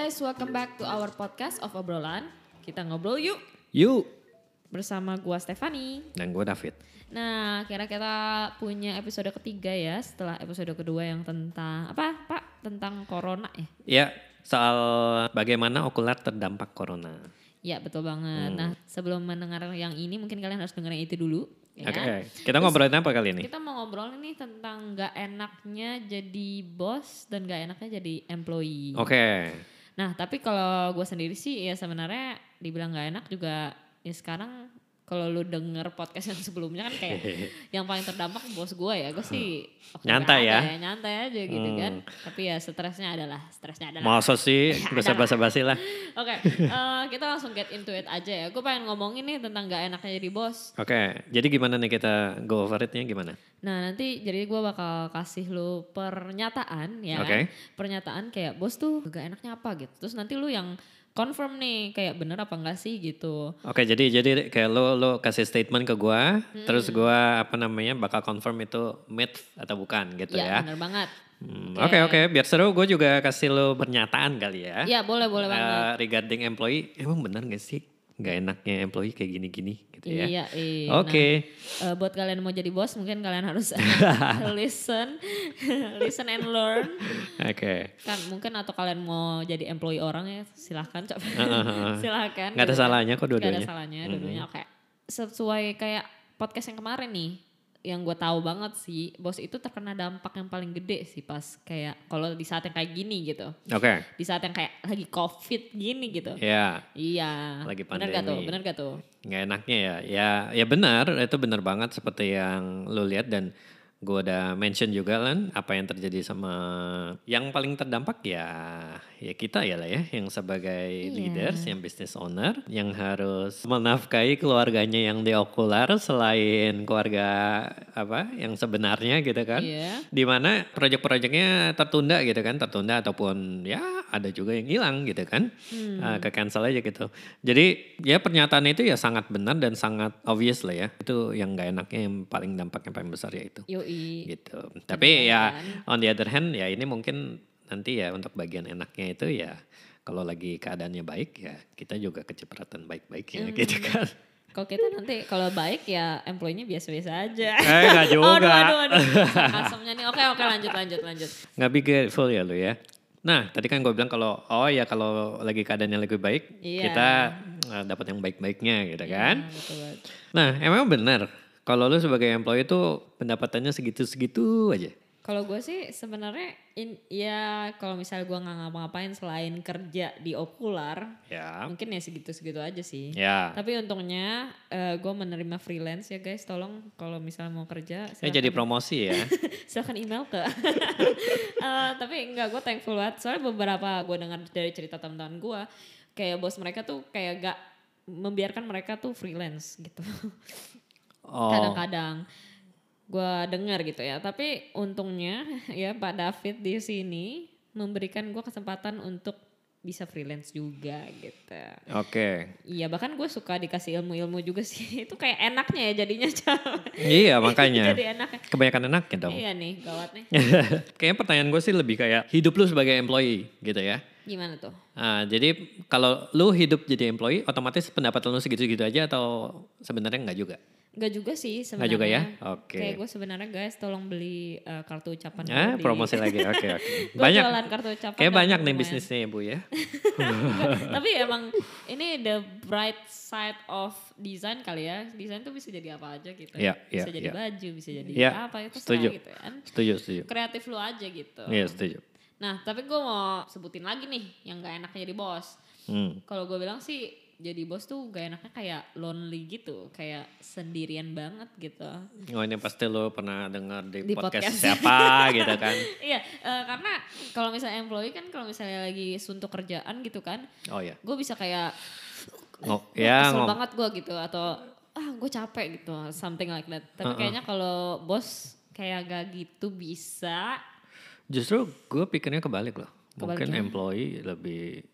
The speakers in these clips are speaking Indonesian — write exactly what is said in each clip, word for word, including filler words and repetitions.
guys, welcome back to our podcast of obrolan. Kita ngobrol yuk. Yuk. Bersama gua Stefani. Dan gua David. Nah, kira kita punya episode ketiga ya setelah episode kedua yang tentang apa, Pak? Tentang corona ya? Ya, soal bagaimana okular terdampak corona. Ya, betul banget. Hmm. Nah, sebelum mendengar yang ini mungkin kalian harus dengerin itu dulu. Ya. Oke, okay. Kita ngobrolin apa kali ini? Kita mau ngobrol ini tentang gak enaknya jadi bos dan gak enaknya jadi employee. Oke. Okay. Nah, tapi kalau gue sendiri sih ya sebenarnya dibilang gak enak juga ya sekarang kalau lu denger podcast yang sebelumnya kan kayak yang paling terdampak bos gue ya. Gue sih nyantai ya. ya. Nyantai aja gitu hmm. kan. Tapi ya stresnya adalah, stresnya adalah. Masa sih, bisa basa-basi lah. Oke, okay, uh, kita langsung get into it aja ya. Gue pengen ngomongin nih tentang gak enaknya jadi bos. Oke, okay. Jadi gimana nih kita go over it-nya gimana? Nah nanti jadi gue bakal kasih lu pernyataan ya. Okay. Pernyataan kayak bos tuh gak enaknya apa gitu. Terus nanti lu yang confirm nih kayak bener apa enggak sih gitu. Oke, jadi jadi kayak lo lo kasih statement ke gua, hmm. terus gua apa namanya bakal confirm itu myth atau bukan gitu ya. Iya, bener banget. Hmm, oke okay, oke, okay. Biar seru gue juga kasih lo pernyataan kali ya. Iya, boleh boleh banget. Uh, regarding employee, emang bener gak sih gak enaknya employee kayak gini-gini gitu ya. Iya, iya. Oke. Okay. Nah, uh, buat kalian mau jadi bos mungkin kalian harus listen, listen and learn. Oke. Okay. Kan mungkin atau kalian mau jadi employee orang ya silahkan coba. Uh-huh. Silahkan. Gak ada gitu. salahnya kok dua-duanya. Gak ada salahnya dua-duanya. Mm-hmm. Oke. Sesuai kayak podcast yang kemarin nih. Yang gue tahu banget sih bos itu terkena dampak yang paling gede sih pas kayak kalau di saat yang kayak gini gitu. Oke. Okay. Di saat yang kayak lagi covid gini gitu. Iya. Yeah. Iya. Lagi pandemi. Bener gak tuh? Bener gak tuh? Gak enaknya ya. Ya ya benar, itu benar banget seperti yang lu lihat dan gue udah mention juga kan apa yang terjadi sama yang paling terdampak ya ya kita ya lah ya yang sebagai yeah. leaders, yang business owner yang harus menafkahi keluarganya yang di okular selain keluarga apa yang sebenarnya gitu kan. Yeah. Dimana proyek-proyeknya tertunda gitu kan, tertunda ataupun ya ada juga yang hilang gitu kan. Hmm. Uh, ke cancel aja gitu. Jadi ya pernyataan itu ya sangat benar dan sangat obvious lah ya. Itu yang gak enaknya yang paling dampak yang paling besar ya itu. Yoi. Gitu. Tapi benar, ya kan? On the other hand ya ini mungkin nanti ya untuk bagian enaknya itu ya kalau lagi keadaannya baik ya kita juga kecipratan baik-baiknya hmm. gitu kan. Kalau kita nanti kalau baik ya employee-nya biasa-biasa aja. Eh gak juga. Aduh aduh aduh. Kasemnya nih. Oke oke lanjut lanjut lanjut. Gak be grateful ya lu ya. Nah tadi kan gue bilang kalau oh ya kalau lagi keadaannya lebih baik iya. kita uh, dapat yang baik-baiknya gitu iya, kan. Betul. Nah emang benar. Kalau lu sebagai employee tuh pendapatannya segitu-segitu aja? Kalau gue sih sebenarnya ya kalau misalnya gue nggak ngapa-ngapain selain kerja di okular, ya. Mungkin ya segitu-segitu aja sih. Ya. Tapi untungnya uh, gue menerima freelance ya guys, tolong kalau misalnya mau kerja. Silakan, jadi promosi ya. Silakan email ke. uh, tapi enggak, gue thankful banget. Soalnya beberapa gue dengar dari cerita teman-teman gue, kayak bos mereka tuh kayak gak membiarkan mereka tuh freelance gitu. Oh. Kadang-kadang gue dengar gitu ya, tapi untungnya ya Pak David di sini memberikan gue kesempatan untuk bisa freelance juga gitu. Oke. Okay. Iya bahkan gue suka dikasih ilmu-ilmu juga sih, itu kayak enaknya ya jadinya. Iya makanya. Jadi enak. Kebanyakan enaknya dong. Iya nih gawat nih. Kayaknya pertanyaan gue sih lebih kayak hidup lu sebagai employee gitu ya. Gimana tuh? Nah, jadi kalau lu hidup jadi employee otomatis pendapatan lu segitu-segitu aja atau sebenarnya enggak juga? Enggak juga sih sebenarnya. Enggak juga ya? Oke. Okay. Kayak gue sebenarnya guys tolong beli uh, kartu ucapan. Ah, promosi lagi. Oke okay, oke. Okay. Banyak jualan kartu ucapan. Kayak banyak nih bisnisnya ya Bu ya. Tapi emang ini the bright side of design kali ya. Desain tuh bisa jadi apa aja gitu. Yeah, bisa yeah, jadi yeah. baju, bisa jadi yeah, apa itu setuju. gitu kan. Setuju, setuju. Kreatif lu aja gitu. Iya, yeah, setuju. Nah, tapi gue mau sebutin lagi nih yang gak enaknya jadi bos. Hmm. Kalau gue bilang sih jadi bos tuh gak enaknya kayak lonely gitu, kayak sendirian banget gitu. Oh ini pasti lo pernah dengar di, di podcast, podcast siapa gitu kan? Iya, uh, karena kalau misalnya employee kan kalau misalnya lagi suntuk kerjaan gitu kan, oh iya, gue bisa kayak, oh, ya, kesel ngom- banget gue gitu atau ah gue capek gitu, something like that. Tapi uh-uh. kayaknya kalau bos kayak gak gitu bisa. Justru gue pikirnya kebalik loh. Mungkin Kebaliknya. employee lebih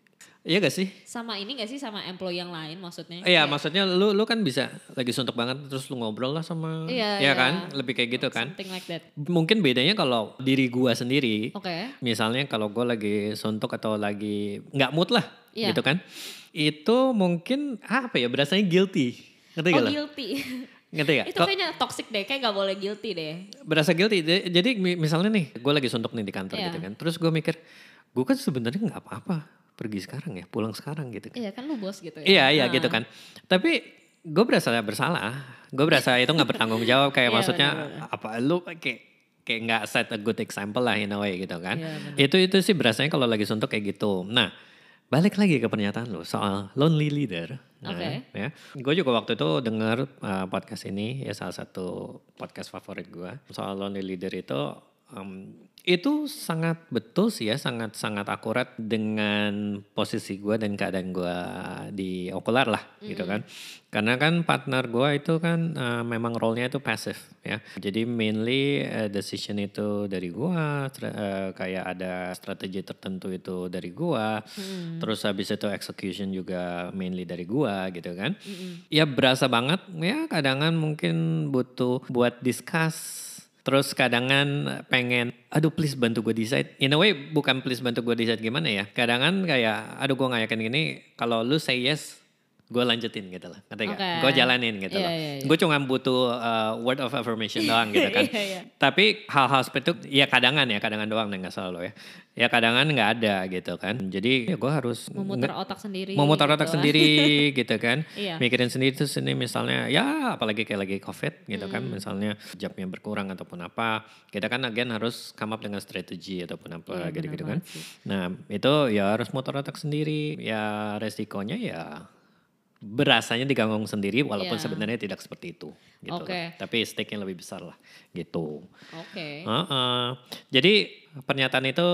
Iya gak sih? Sama ini gak sih sama employee yang lain maksudnya? Iya, Kayak- maksudnya lu lu kan bisa lagi suntuk banget terus lu ngobrol lah sama Iya, ya iya. kan? Lebih kayak gitu kan. Something like that. Mungkin bedanya kalau diri gua sendiri. Oke. Misalnya kalau gua lagi suntuk atau lagi nggak mood lah Iya. gitu kan. Itu mungkin apa ya berasanya guilty. Ngerti Oh gak lo? guilty. Ngerti gak? Itu kayaknya toxic deh, kayak gak boleh guilty deh. Berasa guilty. J- Jadi mi- misalnya nih, gue lagi suntuk nih di kantor Iya. gitu kan. Terus gue mikir, gue kan sebenarnya nggak apa-apa pergi sekarang ya, pulang sekarang gitu kan. Iya kan lu bos gitu ya. Iya iya Nah. gitu kan. Tapi gue berasa bersalah. Gue berasa itu nggak bertanggung jawab. Kayak Iya, maksudnya benar-benar. apa lu kayak kayak nggak set a good example lah in a way gitu kan. Iya, benar. itu itu sih berasanya kalau lagi suntuk kayak gitu. Nah balik lagi ke pernyataan lu soal lonely leader. Nah, Oke. ya. Gue juga waktu itu dengar uh, podcast ini ya salah satu podcast favorit gue soal lonely leader itu. Um, itu sangat betul sih ya, sangat-sangat akurat dengan posisi gue dan keadaan gue di Okular lah gitu kan. Karena kan partner gue itu kan uh, memang role-nya itu pasif ya. Jadi mainly uh, decision itu dari gue, stra- uh, kayak ada strategi tertentu itu dari gue. Terus habis itu execution juga mainly dari gue gitu kan. Ya berasa banget ya kadangan mungkin butuh buat discuss. Terus kadangan pengen, aduh please bantu gue decide. In a way bukan please bantu gue decide gimana ya. Kadangan kayak, aduh gue gak yakin gini. Kalau lu say yes, gue lanjutin gitu loh. Ngerti gak? Oke. Gue jalanin gitu Iya, loh. iya, iya. Gue cuma butuh uh, word of affirmation doang gitu kan. Iya, iya. Tapi hal-hal seperti itu, ya kadangan ya, kadangan doang nih gak selalu ya. Ya kadangan gak ada gitu kan. Jadi ya gue harus Memutar nge- otak sendiri. memutar otak gitu. sendiri gitu kan. Iya. Mikirin sendiri terus ini misalnya ya apalagi kayak lagi covid gitu kan. Hmm. Misalnya jamnya berkurang ataupun apa. Kita kan again harus come up dengan strategi ataupun apa Iya, gitu-gitu benar kan. banget sih. Nah itu ya harus mutar otak sendiri. Ya resikonya ya berasanya diganggu sendiri walaupun Iya. sebenarnya tidak seperti itu gitu Oke. loh. Tapi stake-nya lebih besar lah gitu. Oke. Heeh. Jadi pernyataan itu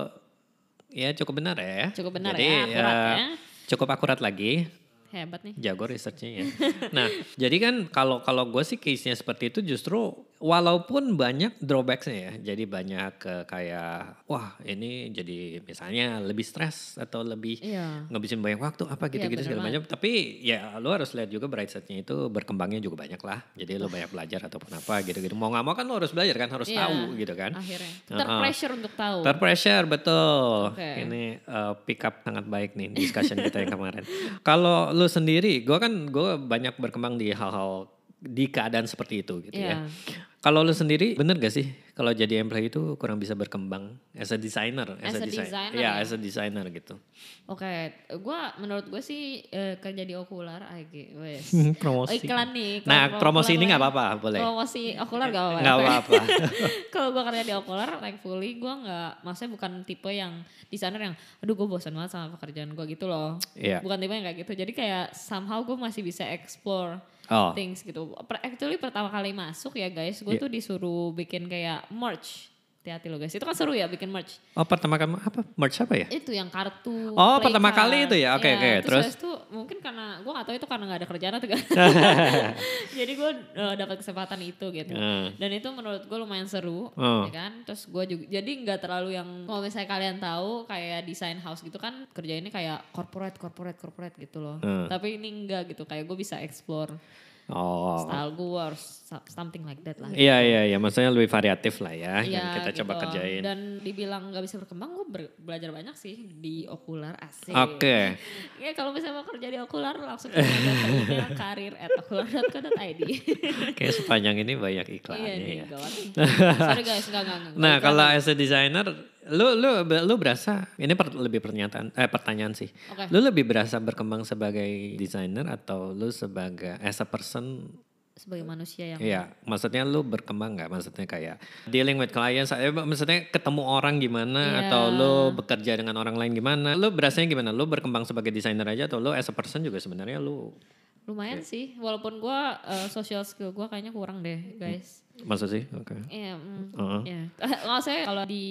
ya cukup benar ya. Cukup benar Jadi, ya, akurat eh, ya. Cukup akurat lagi. Hebat nih. Jago researchnya ya. Nah, jadi kan kalau kalau gue sih case-nya seperti itu justru walaupun banyak drawbacksnya ya. Jadi banyak ke kayak wah ini jadi misalnya lebih stres atau lebih Iya. ngabisin banyak waktu apa gitu-gitu bener segala banget. macam. Tapi ya lu harus lihat juga bright side-nya itu berkembangnya juga banyak lah. Jadi lu banyak belajar ataupun apa gitu-gitu. Mau nggak mau kan lu harus belajar kan, harus Iya, tahu gitu kan. Akhirnya. Heeh. Terpressure untuk tahu. Terpressure betul. Oke. Ini uh, pick up sangat baik nih discussion kita yang kemarin. Kalau lu sendiri, gue kan gue banyak berkembang di hal-hal di keadaan seperti itu gitu ya. Iya. Kalau lu sendiri bener gak sih kalau jadi employee itu kurang bisa berkembang as a designer, As a design- designer ya, ya? as a designer gitu. Oke, gua menurut gue sih eh, kerja di Okular, A G, wes. Promosi. Oh, iklan nih. Kalau Nah, mau promosi Okular ini lah nggak ya. apa-apa, boleh. Promosi Okular gak apa-apa. Nggak apa-apa. Kalau gue kerja di Okular, thankfully gue nggak, maksudnya bukan tipe yang desainer yang, aduh gue bosan banget sama pekerjaan gue gitu loh. Iya. Bukan tipe yang kayak gitu. Jadi kayak somehow gue masih bisa explore Oh. things gitu. Per- Actually pertama kali masuk ya guys, gue Iya. tuh disuruh bikin kayak merch. Hati-hati loh guys, itu kan seru ya bikin merch. Oh pertama kali apa? Merch apa ya? Itu yang kartu. Oh, play pertama card. kali itu ya? Oke, Iya, oke. Terus, Terus? habis itu mungkin karena gue gak tahu itu karena gak ada kerjaan atau gak. Jadi gue uh, dapat kesempatan itu gitu. Hmm. Dan itu menurut gue lumayan seru, Oh. ya kan. Terus gue juga jadi nggak terlalu yang kalau misalnya kalian tahu kayak desain house gitu kan kerja ini kayak corporate, corporate, corporate gitu loh. Hmm. Tapi ini enggak gitu, kayak gue bisa explore Oh. style gue or so- something like that lah. Iya iya iya, maksudnya lebih variatif lah ya yang Iya, kita gitu. coba kerjain. Dan dibilang nggak bisa berkembang, gue ber- belajar banyak sih di Okular, asik. Oke. Ya kalau misalnya mau kerja di Okular langsung ke email karir at okular dot co dot i d. Kayak sepanjang ini banyak Iya iklannya nih, ya. gawat nih. Sorry guys, enggak enggak. enggak. Nah Iklan kalau nih. as a designer, lu lu lu berasa ini per- lebih pernyataan eh pertanyaan sih. Oke. Lu lebih berasa berkembang sebagai designer atau lu sebagai as a person? Sebagai manusia yang Iya, maksudnya lu berkembang nggak? Maksudnya kayak dealing with clients, eh, maksudnya ketemu orang gimana Iya. atau lu bekerja dengan orang lain gimana? Lu berasanya gimana? Lu berkembang sebagai designer aja atau lu as a person juga sebenarnya lu lumayan sih. Walaupun gue uh, social skill gue kayaknya kurang deh guys. maksud sih? Oke. Iya, mm, Heeh. iya. Nggak, saya kalau di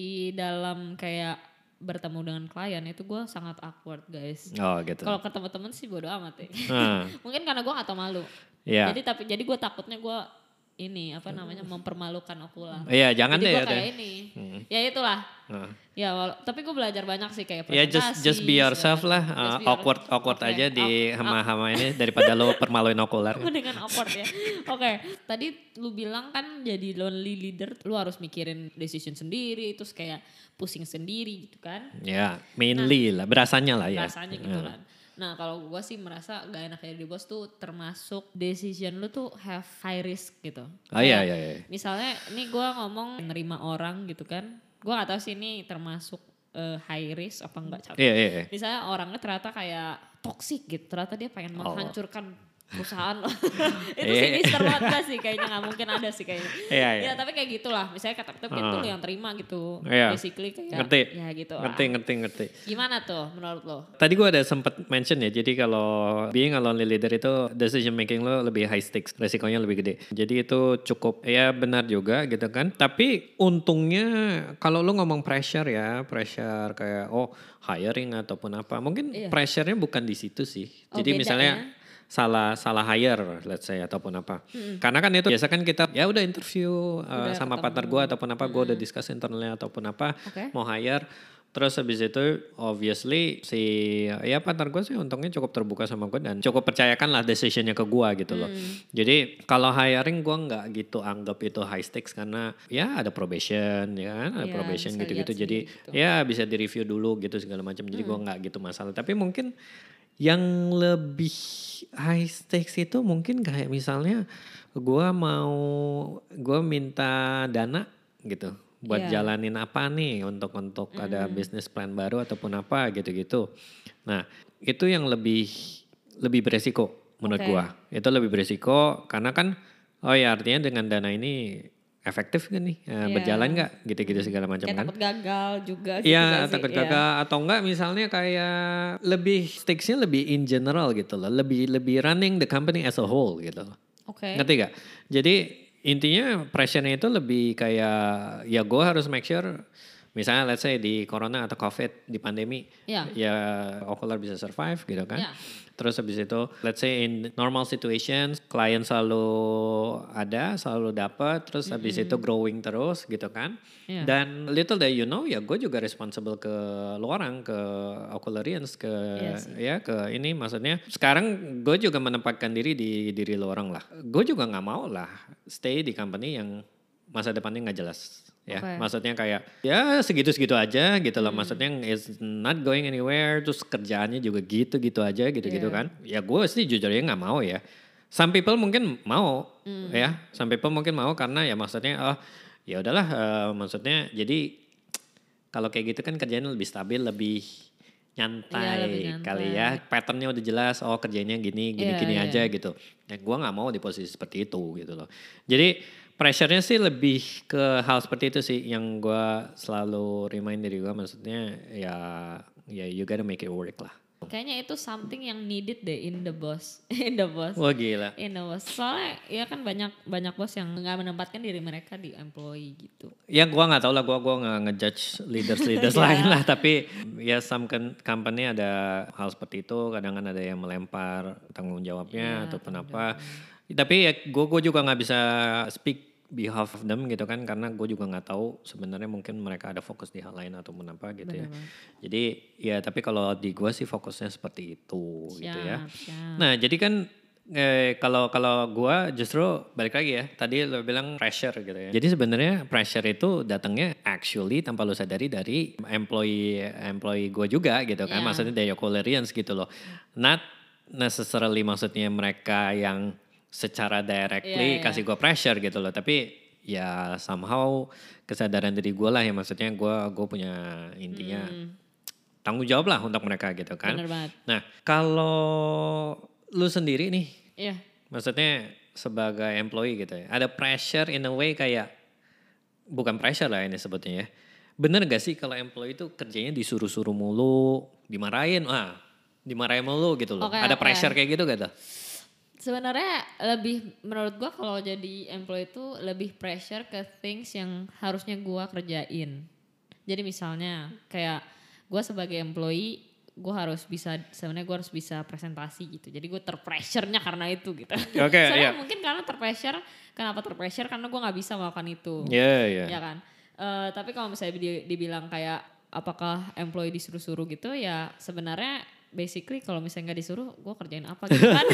dalam kayak bertemu dengan klien itu gue sangat awkward guys. Oh gitu. Kalau ketemu temen sih bodo amat ya. Nah, Mungkin karena gue gak tau malu. iya. Jadi tapi jadi gue takutnya gue ini apa namanya mempermalukan Okular. Iya, jangan Jadi deh gue ya kayak deh. ini. Hmm. Ya itulah. Nah. Ya, wala- tapi gue belajar banyak sih kayak Ya presentasi. just just be yourself segala lah, macam. uh, Just be awkward yourself. awkward Oke. aja di Awk- hama-hama ini daripada lo permaluin Okular. Mendingan awkward ya. Oke, tadi lu bilang kan jadi lonely leader, lu harus mikirin decision sendiri, terus kayak pusing sendiri gitu kan. Ya, mainly lah, berasanya lah ya. Rasanya gitu kan. Nah kalau gue sih merasa gak enak jadi bos tuh termasuk decision lu tuh have high risk gitu. Oh iya Kayak iya iya. Misalnya ini gue ngomong nerima orang gitu kan. Gue gak tahu sih ini termasuk uh, high risk apa enggak. Iya iya iya. Misalnya orangnya ternyata kayak toxic gitu. Ternyata dia pengen Oh. menghancurkan perusahaan lo. Itu Eh. sinister banget gak sih kayaknya, gak mungkin ada sih kayaknya. Iya iya. Ya tapi kayak gitulah, misalnya kata tapi Ah. itu lo yang terima gitu. Iya. Basically kayak Ngerti. ya gitu Ngerti lah. ngerti ngerti. Gimana tuh menurut lo? Tadi gue ada sempat mention ya, jadi kalau being a lonely leader itu decision making lo lebih high stakes, resikonya lebih gede. Jadi itu cukup, ya benar juga gitu kan. Tapi untungnya kalau lo ngomong pressure ya, pressure kayak oh hiring ataupun apa, mungkin Iya. pressure-nya bukan di situ sih. Oh, Jadi beda misalnya ya? salah salah hire let's say ataupun apa. Karena kan itu biasa kan kita ya udah interview uh, Udah sama ketemu. partner gue ataupun apa, gue udah discuss internally ataupun apa, Oke. mau hire. Terus habis itu obviously si ya partner gue sih untungnya cukup terbuka sama gue dan cukup percayakan lah decisionnya ke gue gitu loh. Jadi kalau hiring gue nggak gitu anggap itu high stakes karena ya ada probation ya kan, ada Iya, probation bisa gitu-gitu. lihat Jadi sendiri gitu. ya bisa di review dulu gitu segala macam. Jadi gue nggak gitu masalah. Tapi mungkin yang lebih high stakes itu mungkin kayak misalnya gue mau gue minta dana gitu buat Iya. jalanin apa nih untuk untuk ada bisnis plan baru ataupun apa gitu-gitu. Nah itu yang lebih lebih beresiko menurut Oke. gua. Itu lebih beresiko karena kan oh ya artinya dengan dana ini efektif gak nih, Eh, Iya. berjalan nggak gitu-gitu segala macam Kayak kan. takut gagal juga gitu Iya gak sih? takut Iya. gagal atau enggak misalnya kayak lebih stakesnya lebih in general gitu loh. Lebih lebih running the company as a whole gitu loh. Oke. Ngerti gak? Jadi intinya pressure-nya itu lebih kayak ya gue harus make sure misalnya let's say di corona atau covid di pandemi Iya. ya Okular bisa survive gitu kan. Iya. Terus habis itu let's say in normal situations klien selalu ada, selalu dapat, terus habis itu growing terus gitu kan. Iya. Dan little that you know ya gue juga responsible ke lu orang, ke Ocularians, ke Iya sih. ya ke ini maksudnya sekarang gue juga menempatkan diri di diri lu orang lah. Gue juga nggak mau lah stay di company yang masa depannya nggak jelas. Ya, Oke. maksudnya kayak ya segitu-segitu aja gitu loh. Maksudnya is not going anywhere. Terus kerjaannya juga gitu-gitu aja gitu-gitu Iya. kan. Ya gue sih jujur ya nggak mau ya. Some people mungkin mau ya. Some people mungkin mau karena ya maksudnya oh ya udahlah eh, maksudnya jadi kalau kayak gitu kan kerjanya lebih stabil, lebih nyantai, Iya, lebih nyantai. kali ya. Patternnya udah jelas. Oh kerjanya gini, Iya, gini-gini iya. aja gitu. Ya gue nggak mau di posisi seperti itu gitu loh. Jadi pressure-nya sih lebih ke hal seperti itu sih yang gue selalu remind diri gue, maksudnya ya ya you gotta make it work lah. Kayaknya itu something yang needed deh in the boss, in the boss, Wah gila. in the boss. Soalnya ya kan banyak banyak bos yang nggak menempatkan diri mereka di employee gitu. Ya gue nggak tahu lah, gue gua nggak ngejudge leaders leaders lain lah, tapi ya some kan- company ada hal seperti itu, kadang kan ada yang melempar tanggung jawabnya Iya, ataupun tanggung apa. Tapi ya gue gue juga nggak bisa speak behalf of them gitu kan, karena gue juga nggak tahu sebenarnya mungkin mereka ada fokus di hal lain ataupun apa gitu ya. Bener banget. Jadi ya tapi kalau di gue sih fokusnya seperti itu gitu ya. Siap, siap. Nah jadi kan eh, kalau kalau gue justru balik lagi ya, tadi lo bilang pressure gitu ya. Jadi sebenarnya pressure itu datangnya actually tanpa lo sadari dari employee employee gue juga gitu kan, Iya. maksudnya dari Ocularians gitu loh. Not necessarily maksudnya mereka yang secara directly Iya, iya. kasih gue pressure gitu loh, tapi ya somehow kesadaran diri gue lah ya, maksudnya gue gue punya intinya tanggung jawab lah untuk mereka gitu kan. Bener banget. Nah kalau lu sendiri nih, Iya. maksudnya sebagai employee gitu ya, ada pressure in a way kayak, bukan pressure lah ini sebutnya ya. Bener gak sih kalau employee itu kerjanya disuruh-suruh mulu, dimarahin, ah dimarahin mulu gitu loh. Oke, Ada oke. pressure kayak gitu gak tuh? Sebenarnya lebih menurut gua kalau jadi employee itu lebih pressure ke things yang harusnya gua kerjain. Jadi misalnya kayak gua sebagai employee gue harus bisa sebenarnya gue harus bisa presentasi gitu. Jadi gue terpressure-nya karena itu gitu. Oke, okay, soalnya yeah. mungkin karena terpressure, kenapa terpressure karena gue nggak bisa melakukan itu. Iya, yeah, iya. Yeah. Ya kan. Uh, tapi kalau misalnya dibilang kayak apakah employee disuruh-suruh gitu ya sebenarnya basically kalau misalnya nggak disuruh gue kerjain apa gitu kan.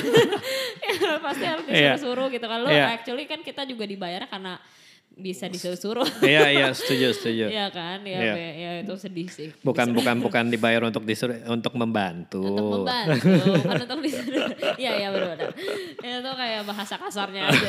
Ya pasti harus disuruh-suruh gitu kan. Lo yeah. actually kan kita juga dibayar karena bisa disuruh-suruh. Iya iya setuju setuju. Iya kan ya, yeah. ya itu sedih sih. Bukan bisa. bukan bukan dibayar untuk disuruh untuk membantu. Untuk membantu bukan untuk disuruh. Iya iya benar-benar. Itu kayak bahasa kasarnya aja.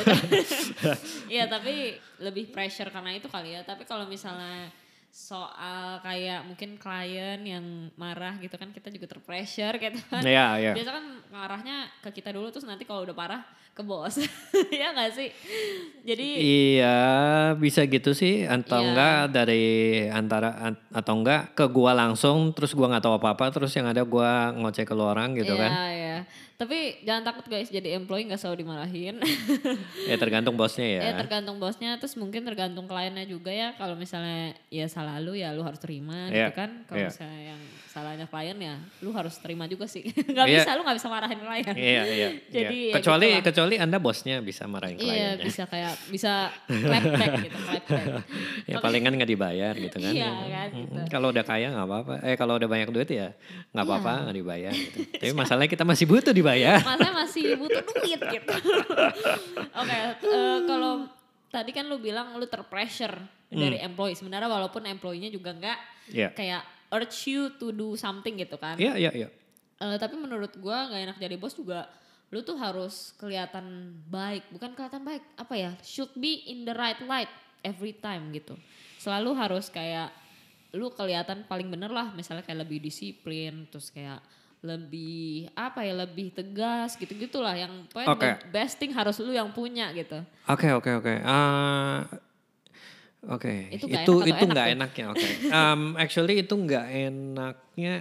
Iya tapi lebih pressure karena itu kali ya. Tapi kalau misalnya soal kayak mungkin klien yang marah gitu kan kita juga terpressure gitu kan. Iya iya. Biasa kan ngarahnya ke kita dulu terus nanti kalau udah parah ke bos. Iya gak sih? Jadi iya bisa gitu sih atau iya. enggak dari antara atau enggak ke gua langsung terus gua nggak tahu apa-apa terus yang ada gua ngoceh ke lu orang gitu iya, kan. Iya iya. Tapi jangan takut guys jadi employee gak selalu dimarahin. Ya tergantung bosnya ya. Ya tergantung bosnya terus mungkin tergantung kliennya juga ya. Kalau misalnya ya salah lu ya lu harus terima yeah. gitu kan. Kalau yeah. misalnya yang salahnya klien ya lu harus terima juga sih. Gak yeah. bisa lu gak bisa marahin klien. Iya iya. Jadi yeah. kecuali ya gitu kecuali Anda bosnya bisa marahin kliennya. Iya bisa kayak bisa clapback gitu clapback. Ya palingan gak dibayar gitu kan. Iya kan gitu. Kalau udah kaya gak apa-apa. Eh kalau udah banyak duit ya gak apa-apa yeah. gak dibayar gitu. Tapi masalahnya kita masih butuh dibayar. Masalahnya masih butuh duit gitu. Oke, okay, uh, kalau tadi kan lu bilang lu terpressure hmm. dari employee. Sebenarnya walaupun employee-nya juga enggak yeah. kayak urge you to do something gitu kan. Iya, yeah, iya, yeah, iya. Yeah. Uh, tapi menurut gua enggak enak jadi bos juga. Lu tuh harus kelihatan baik. Bukan kelihatan baik, apa ya? Should be in the right light every time gitu. Selalu harus kayak lu kelihatan paling bener lah. Misalnya kayak lebih disiplin, terus kayak lebih apa ya lebih tegas gitu-gitulah yang pokoknya okay. the best thing harus lu yang punya gitu. Oke okay, oke okay, oke. Okay. Uh, oke. Okay. Itu itu enak itu nggak enak enaknya oke. Okay. Um, actually itu nggak enaknya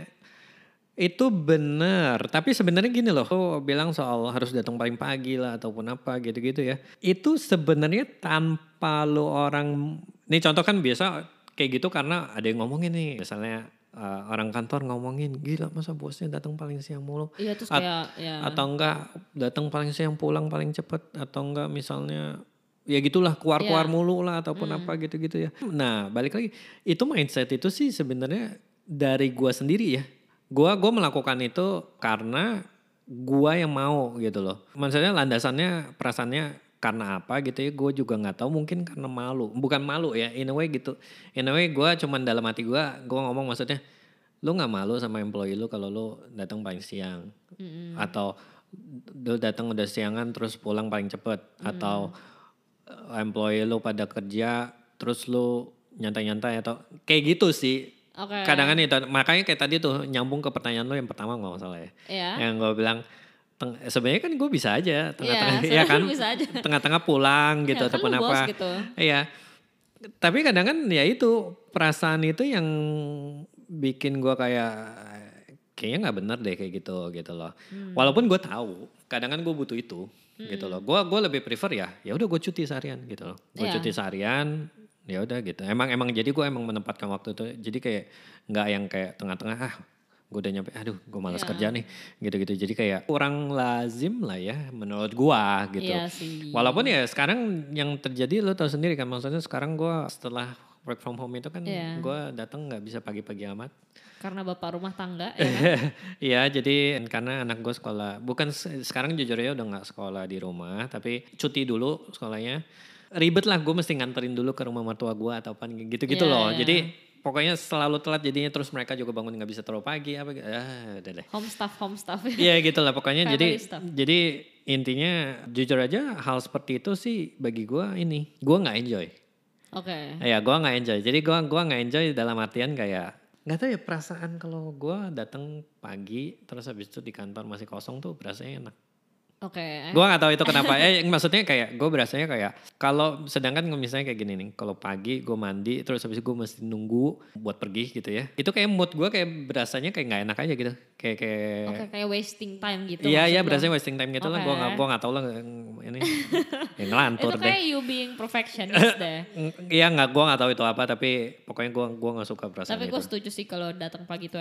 itu benar. Tapi sebenarnya gini loh, aku bilang soal harus datang paling pagi lah ataupun apa gitu-gitu ya. Itu sebenarnya tanpa lu orang, nih contoh kan biasa kayak gitu karena ada yang ngomongin nih misalnya. Uh, orang kantor ngomongin gila masa bosnya datang paling siang mulu iya, terus At- kayak, ya. atau enggak datang paling siang pulang paling cepet atau enggak misalnya ya gitulah keluar-keluar yeah. mulu lah ataupun hmm. apa gitu-gitu ya. Nah balik lagi itu mindset itu sih sebenarnya dari gua sendiri ya. Gua gua melakukan itu karena gua yang mau gitu loh. Maksudnya landasannya perasaannya karena apa gitu ya, gue juga nggak tahu mungkin karena malu, bukan malu ya, in a way gitu, in a way gue cuman dalam hati gue, gue ngomong maksudnya, lu nggak malu sama employee lu kalau lu datang paling siang, mm-hmm. atau lu datang udah siangan terus pulang paling cepet, mm. atau employee lu pada kerja terus lu nyantai-nyantai atau kayak gitu sih, okay. kadang-kadang itu, makanya kayak tadi tuh nyambung ke pertanyaan lu yang pertama nggak masalah ya, yeah. yang gue bilang. Sebenarnya kan gue bisa aja tengah-tengah ya, ya kan tengah-tengah pulang gitu ya, ataupun kan apa gitu. Iya tapi kadang kan ya itu perasaan itu yang bikin gue kayak kayaknya nggak benar deh kayak gitu gitu loh hmm. walaupun gue tahu kadang kan gue butuh itu hmm. gitu loh gue gue lebih prefer ya ya udah gue cuti seharian gitu loh gue yeah. cuti seharian ya udah gitu emang emang jadi gue emang menempatkan waktu itu jadi kayak nggak yang kayak tengah-tengah ah gue udah nyampe, aduh gue malas yeah. kerja nih, gitu-gitu. Jadi kayak kurang lazim lah ya menurut gue gitu. Yeah, sih. Walaupun ya sekarang yang terjadi lo tau sendiri kan, maksudnya sekarang gue setelah work from home itu kan yeah. gue datang nggak bisa pagi-pagi amat. Karena bapak rumah tangga ya kan? Iya jadi karena anak gue sekolah, bukan sekarang jujur ya udah gak sekolah di rumah, tapi cuti dulu sekolahnya. Ribet lah gue mesti nganterin dulu ke rumah mertua gue atau apa gitu-gitu yeah, loh. Yeah. Jadi pokoknya selalu telat jadinya terus mereka juga bangun gak bisa terlalu pagi apa ah udah deh. Home staff, home staff. Iya gitu lah pokoknya jadi stuff. Jadi intinya jujur aja hal seperti itu sih bagi gue ini gue gak enjoy. Oke. Okay. Ya gue gak enjoy jadi gue gue gak enjoy dalam artian kayak gak tahu ya perasaan kalau gue datang pagi terus habis itu di kantor masih kosong tuh berasanya enak. Oke. Okay. Gue gak tahu itu kenapa. eh maksudnya kayak gue berasanya kayak kalau sedangkan misalnya kayak gini nih, kalau pagi gue mandi terus habis itu gue mesti nunggu buat pergi gitu ya. Itu kayak mood gue kayak berasanya kayak nggak enak aja gitu. Kayak kayak. Oke okay, kayak wasting time gitu. Iya iya berasanya wasting time gitu okay. lah. Gue nggak gue nggak tahu lah ini yang ngelantur deh. Itu kayak you being perfectionist deh. Iya nggak gue nggak tahu itu apa tapi pokoknya gue gue nggak suka perasaan tapi itu. Tapi gue setuju sih kalau datang pagi itu enak.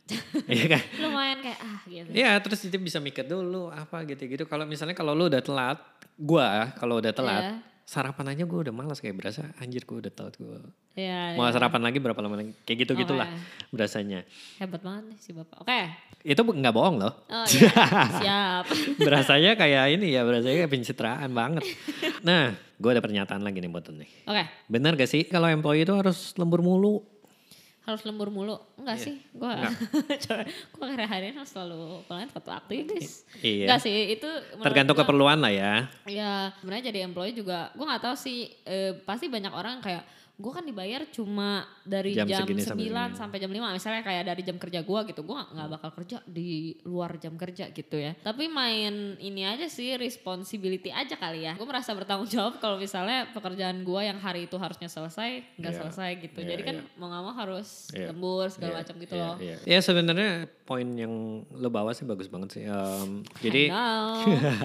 Iya kan? Lumayan kayak ah gitu. Iya, terus itu bisa mikir dulu apa gitu-gitu. Kalau misalnya kalau lu udah telat, gua kalau udah telat, Iya. sarapan aja gue udah malas kayak berasa anjir gue udah telat gue. Iya, Mau iya. sarapan lagi berapa lama lagi? Kayak gitu-gitulah Oke. berasanya. Hebat banget nih si Bapak. Oke. Itu nggak bohong loh. Oh iya, siap. Berasanya kayak ini ya, berasanya kayak pencitraan banget. Nah, gue ada pernyataan lagi nih buat lu nih. Oke, Bener gak sih kalau employee itu harus lembur mulu? harus lembur mulu. Enggak Iya. sih, gue Enggak. gue hari-hari harus selalu pulang tepat waktu ya guys. Iya. Enggak sih, itu menurut Tergantung gua- keperluan lah ya. Ya sebenarnya jadi employee juga, gue nggak tahu sih, eh, pasti banyak orang kayak gue kan dibayar cuma dari Jam jam, segini sampai sembilan segini. sampai jam lima, misalnya kayak dari jam kerja gue gitu, gue nggak bakal kerja di luar jam kerja gitu ya. Tapi main ini aja sih, responsibility aja kali ya. Gue merasa bertanggung jawab kalau misalnya pekerjaan gue yang hari itu harusnya selesai nggak Iya. selesai gitu. Iya, Jadi kan iya. mau nggak mau harus Iya. lembur segala Iya, macam gitu iya, loh. iya. Ya sebenarnya poin yang lo bawa sih bagus banget sih. Em, jadi Nah,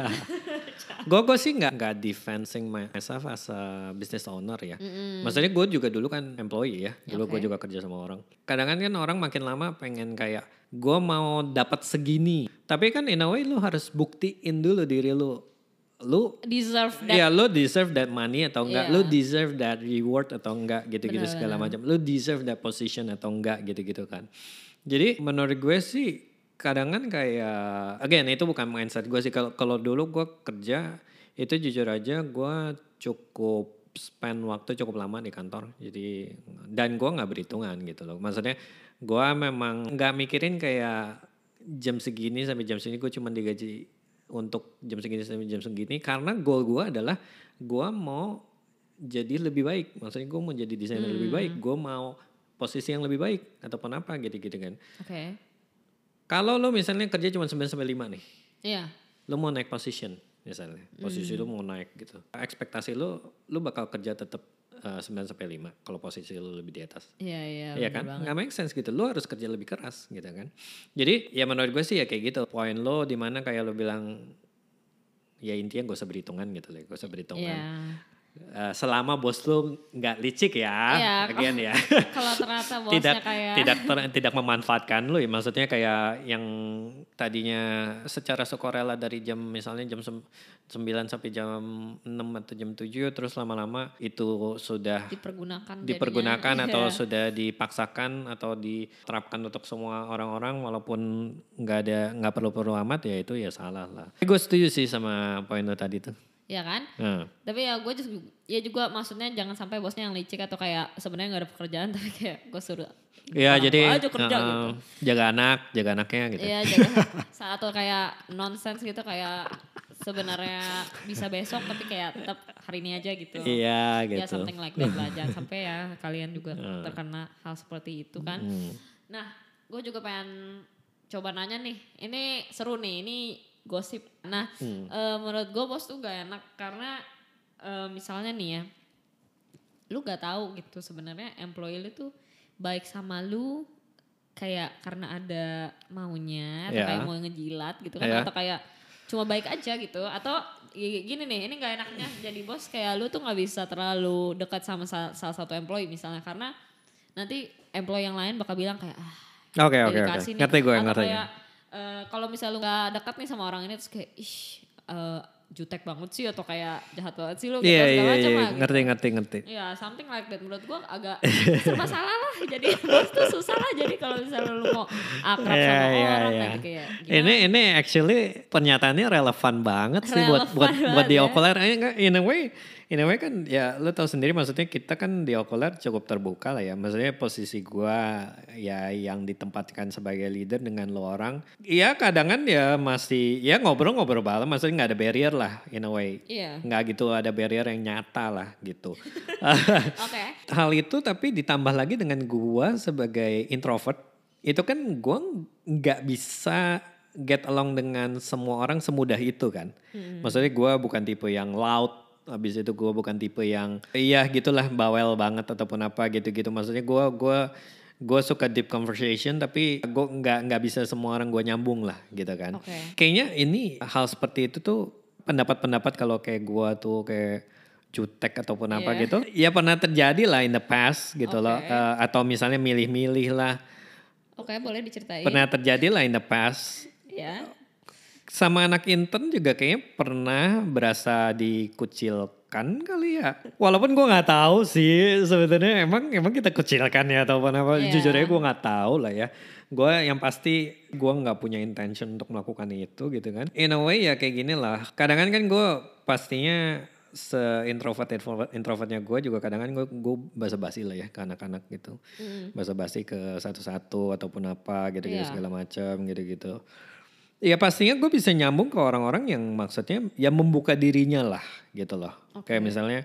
gue gue sih nggak nggak defensing myself as a business owner ya. Maksudnya gue juga dulu kan employee ya. Dulu gue Oke. juga kerja sama orang. Kadang kan orang makin lama pengen kayak gue mau dapat segini. Tapi kan in a way lu harus buktiin dulu diri lu. Lu deserve that. Iya, lu deserve that money atau enggak, Iya. lu deserve that reward atau enggak gitu-gitu Benar, segala benar. macam. Lu deserve that position atau enggak gitu-gitu kan. Jadi menurut gue sih kadang kan kayak again itu bukan mindset gue sih. Kalau kalau dulu gue kerja itu jujur aja gue cukup spend waktu cukup lama di kantor. Jadi dan gue nggak berhitungan gitu loh. Maksudnya gue memang nggak mikirin kayak jam segini sampai jam segini gue cuma digaji untuk jam segini sampai jam segini karena goal gue adalah gue mau jadi lebih baik. Maksudnya gue mau jadi desainer lebih baik. Gue mau posisi yang lebih baik ataupun apa gitu-gitu kan. Oke. Kalau lo misalnya kerja cuma sembilan sampai lima nih. Iya. Lo mau naik position misalnya. Posisi lo mau naik gitu. Ekspektasi lo lo bakal kerja tetap uh, sembilan sampai lima kalau posisi lo lebih di atas. Iya, iya. Iya bener kan? banget. Nggak make sense gitu. Lo harus kerja lebih keras gitu kan. Jadi ya menurut gue sih ya kayak gitu. Poin lo di mana kayak lo bilang ya intinya gak usah berhitungan gitu lah. Gak usah berhitungan. Iya. Uh, selama bos lo nggak licik ya. Iya, Again ya. Kalau ternyata bosnya tidak kayak tidak ter- tidak memanfaatkan lo ya. Maksudnya kayak yang tadinya secara sukarela dari jam misalnya jam sem- sembilan sampai jam enam atau jam tujuh terus lama-lama itu sudah dipergunakan dipergunakan jadinya. atau Iya. sudah dipaksakan atau diterapkan untuk semua orang-orang walaupun nggak ada nggak perlu-perlu amat ya itu ya salah lah. Gue setuju sih sama poin lo tadi tuh. Ya kan? Nah, Tapi ya gue juga, ya juga maksudnya jangan sampai bosnya yang licik atau kayak sebenarnya nggak ada pekerjaan tapi kayak gue suruh ya orang jadi tua aja kerja uh, gitu. jaga anak, jaga anaknya gitu. Iya jaga satu kayak nonsense gitu kayak sebenarnya bisa besok tapi kayak tetap hari ini aja gitu. Iya Ya gitu. something like that lah. Jangan sampai ya kalian juga terkena hal seperti itu kan. Hmm. Nah gue juga pengen coba nanya nih. Ini seru nih. Ini gosip. Nah Hmm. eh, menurut gue bos tuh gak enak karena eh, misalnya nih ya. Lu gak tahu gitu sebenarnya employee lu tuh baik sama lu kayak karena ada maunya atau Ya. kayak mau ngejilat gitu kan Ya. atau kayak cuma baik aja gitu atau ya gini nih ini gak enaknya jadi bos kayak lu tuh nggak bisa terlalu dekat sama sa- salah satu employee misalnya karena nanti employee yang lain bakal bilang kayak ah Oke oke oke. dedikasi nih. Ngerti gue Atau ngerti. kayak eh, kalau misalnya lu nggak dekat nih sama orang ini terus kayak ih eh, jutek banget sih atau kayak jahat banget sih lu gitu Iya segala iya macam iya. lah gitu. Ngerti ngerti ngerti. Ya something like that menurut gua agak serba salah lah jadi bos tuh susah lah jadi kalau misalnya lu mau akrab Iya, sama iya, orang iya. nanti kayak gimana? Ini ini actually pernyataannya relevan banget sih buat Relevan buat buat banget di ya. Okuler. Eh, enggak, in a way, in a way kan ya lu tahu sendiri maksudnya kita kan di Okuler cukup terbuka lah ya. Maksudnya posisi gua ya yang ditempatkan sebagai leader dengan lo orang. Iya kadang kan ya masih ya ngobrol-ngobrol bareng maksudnya nggak ada barrier lah in a way. Iya. Nggak gitu ada barrier yang nyata lah gitu. Oke. Hal itu tapi ditambah lagi dengan gua sebagai introvert itu kan gua nggak bisa get along dengan semua orang semudah itu kan. Maksudnya gua bukan tipe yang loud, habis itu gua bukan tipe yang iya gitulah bawel banget ataupun apa gitu-gitu. Maksudnya gua gua gue suka deep conversation tapi gue nggak nggak bisa semua orang gue nyambung lah gitu kan. Oke. Kayaknya ini hal seperti itu tuh pendapat-pendapat kalau kayak gue tuh kayak jutek ataupun apa Iya. gitu. Ya pernah terjadi lah in the past gitu loh. Oke. Eh, atau misalnya milih-milih lah. Oke, boleh diceritain. Pernah terjadi lah in the past. Ya. Sama anak intern juga kayaknya pernah berasa dikucilkan kali ya. Walaupun gue nggak tahu sih sebenarnya emang emang kita kucilkan ya atau apa. Iya. Jujur aja gue nggak tahu lah ya. Gue yang pasti gue nggak punya intention untuk melakukan itu gitu kan. In a way ya kayak gini lah. Kadang kan gue pastinya se-introvert introvertnya gue juga kadang-kadang gue gue basa-basi lah ya ke anak-anak gitu. Mm. Basa-basi ke satu-satu ataupun apa gitu-gitu Iya. segala macam gitu-gitu. Ya pastinya gue bisa nyambung ke orang-orang yang maksudnya ya membuka dirinya lah gitu loh. Oke. Kayak misalnya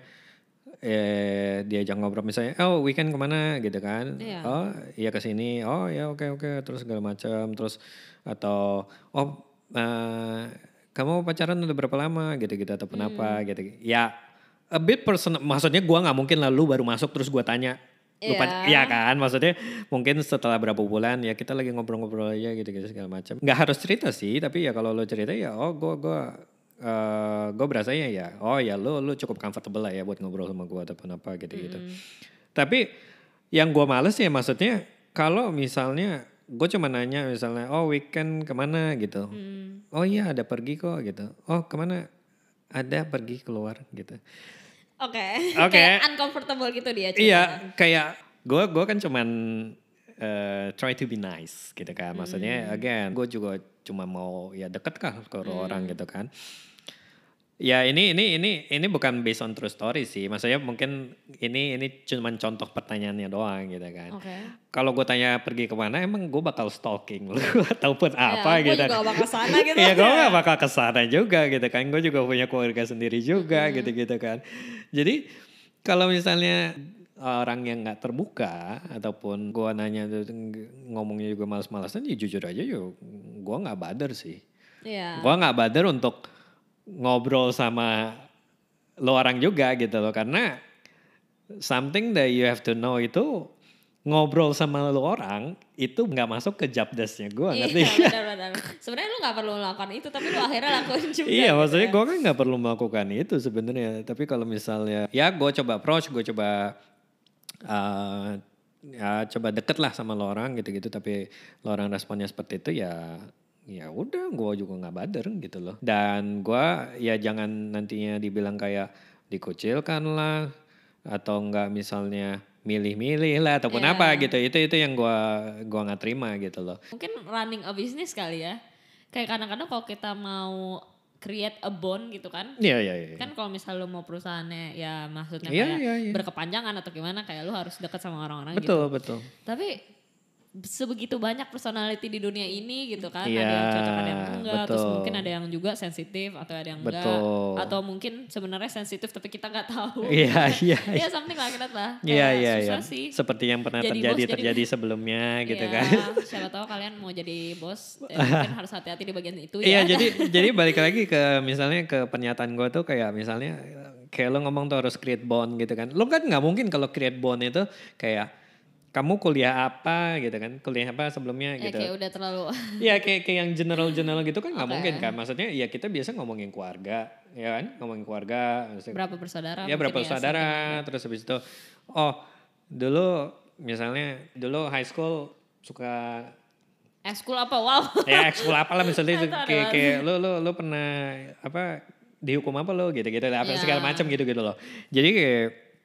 eh diajak ngobrol misalnya, oh weekend kemana gitu kan. Iya. Oh iya kesini, oh ya oke oke terus segala macam. Terus atau oh eh, kamu pacaran udah berapa lama gitu-gitu ataupun apa gitu. Ya a bit personal, maksudnya gue gak mungkin lalu baru masuk terus gue tanya. Lupa, Iya. ya kan maksudnya mungkin setelah berapa bulan ya kita lagi ngobrol-ngobrol aja gitu-gitu segala macam. Nggak harus cerita sih tapi ya kalau lo cerita ya oh gue gue uh, gue berasanya ya oh ya lo lo cukup comfortable lah ya buat ngobrol sama gue ataupun apa gitu-gitu. Mm. Tapi yang gue males ya maksudnya kalau misalnya gue cuma nanya misalnya oh weekend kemana gitu. Mm. Oh iya ada pergi kok gitu. Oh kemana? Ada pergi keluar gitu. Oke. Oke. Kayak uncomfortable gitu dia. Cerita. Iya, kayak gue gue kan cuman uh, try to be nice gitu kan. Maksudnya Hmm. again, gue juga cuma mau ya deket kah ke Hmm. orang gitu kan. Ya ini ini ini ini bukan based on true story sih. Maksudnya mungkin ini ini cuman contoh pertanyaannya doang gitu kan. Oke. Kalau gue tanya pergi kemana, emang gue bakal stalking lu ataupun Ya, apa gitu. gue juga bakal kesana gitu. Iya gue gak bakal kesana juga gitu kan. Gue juga punya keluarga sendiri juga Mm-mm. gitu-gitu kan. Jadi kalau misalnya orang yang gak terbuka ataupun gue nanya ngomongnya juga males-malesan ya jujur aja yuk gue gak bother sih. Iya. Gue gak bother untuk ngobrol sama lo orang juga gitu loh. Karena something that you have to know itu ngobrol sama lo orang itu nggak masuk ke job desk-nya gue, ngerti? Iya benar-benar. Sebenarnya lu nggak perlu melakukan itu tapi lu akhirnya lakuin juga. Iya, gitu maksudnya ya. gue kan nggak perlu melakukan itu sebenarnya. Tapi kalau misalnya ya gue coba approach, gue coba uh, ya coba deket lah sama lo orang gitu-gitu. Tapi lo orang responnya seperti itu ya ya udah gue juga nggak bader gitu loh. Dan gue ya jangan nantinya dibilang kayak dikucilkan lah atau enggak misalnya milih-milih lah ataupun Yeah. apa gitu. Itu itu yang gue gua nggak terima gitu loh. Mungkin running a business kali ya. Kayak kadang-kadang kalau kita mau create a bond gitu kan. Iya iya iya. Kan kalau misal lu mau perusahaannya ya maksudnya Iya, kayak iya, iya. berkepanjangan atau gimana kayak lu harus dekat sama orang-orang gitu. Betul betul. Tapi sebegitu banyak personality di dunia ini gitu kan. Iya, Ada yang cocok, ada yang enggak. Terus betul. mungkin ada yang juga sensitif atau ada yang enggak. Betul. Atau mungkin sebenarnya sensitif tapi kita nggak tahu. Iya iya. Ya something like that lah. Iya Kayak iya iya. susah sih. Seperti yang pernah Jadi terjadi bos, jadi- terjadi sebelumnya gitu Iya, kan. siapa tahu kalian mau jadi bos, ya mungkin harus hati-hati di bagian itu Iya ya. jadi jadi balik lagi ke misalnya ke pernyataan gue tuh kayak misalnya kayak lo ngomong tuh harus create bond gitu kan. Lo kan nggak mungkin kalau create bond itu kayak kamu kuliah apa gitu kan, kuliah apa sebelumnya Ya gitu. kayak udah terlalu. Iya kayak kayak yang general-general gitu kan nggak Oke. mungkin kan. Maksudnya ya kita biasa ngomongin keluarga, ya kan, ngomongin keluarga. maksudnya- Berapa bersaudara? Ya berapa mungkin saudara, something like terus habis itu, oh dulu misalnya dulu high school suka that. Ekskul apa? Wow. ya ekskul apa lah misalnya itu Itu ada kayak banget. kayak lo lo lo pernah apa dihukum apa lo gitu-gitu apa Iya. segala macam gitu-gitu loh. Jadi kayak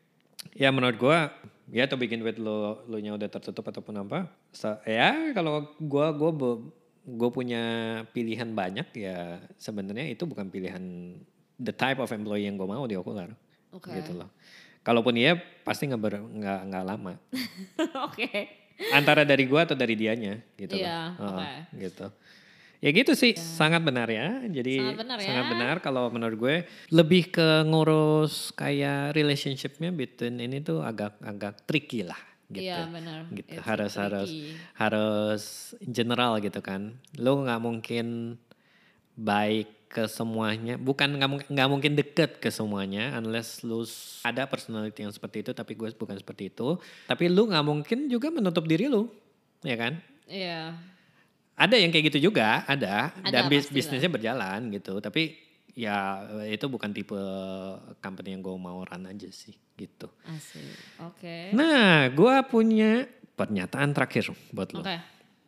ya menurut gua ya to begin with lo lo nya udah tertutup ataupun apa. Sa- ya kalau gua gua be- gua punya pilihan banyak ya sebenarnya itu bukan pilihan the type of employee yang gua mau di Okular. Oke. Gitu loh. Kalaupun iya pasti nggak ber- nggak nggak lama. Oke. Antara dari gua atau dari dianya gitu Iya, loh. oke. Gitu. Ya gitu sih, sangat benar ya. Jadi Sangat benar ya. sangat benar kalau menurut gue lebih ke ngurus kayak relationshipnya between ini tuh agak agak tricky lah gitu. Iya benar. Gitu. It's Harus harus tricky. harus general gitu kan. Lo nggak mungkin baik ke semuanya, bukan nggak mungkin nggak mungkin deket ke semuanya unless lu s- ada personality yang seperti itu, tapi gue bukan seperti itu. Tapi lu nggak mungkin juga menutup diri lu, ya kan? Iya. Ada yang kayak gitu juga, ada, Ada, dan bis- pastilah. bisnisnya berjalan gitu. Tapi ya itu bukan tipe company yang gue mau run aja sih gitu. Asik. Oke. Nah, gue punya pernyataan terakhir buat lo. Oke.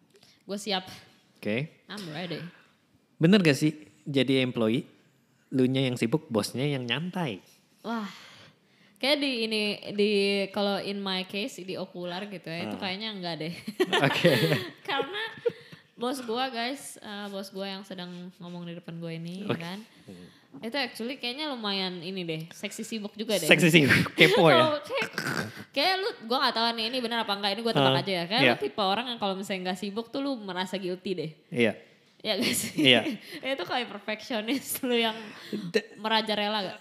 Gue siap. Oke. Okay. I'm ready. Bener gak sih jadi employee, lu nya yang sibuk, bosnya yang nyantai? Wah, kayak di ini di kalau in my case di okular gitu ya, hmm. itu kayaknya enggak deh. Oke. Okay. Karena bos gue guys, uh, bos gue yang sedang ngomong di depan gue ini, okay. kan? Hmm. Itu actually kayaknya lumayan ini deh, seksi sibuk juga deh. Seksi sibuk, kepo ya? kayak, kayak lu, gue gak tahu nih ini benar apa enggak, ini gue tebak uh, aja ya. Kayak yeah. lu tipe orang yang kalau misalnya gak sibuk tuh lu merasa guilty deh. Iya. Yeah. Ya guys. Iya. Itu kayak perfectionist lu yang merajalela gak?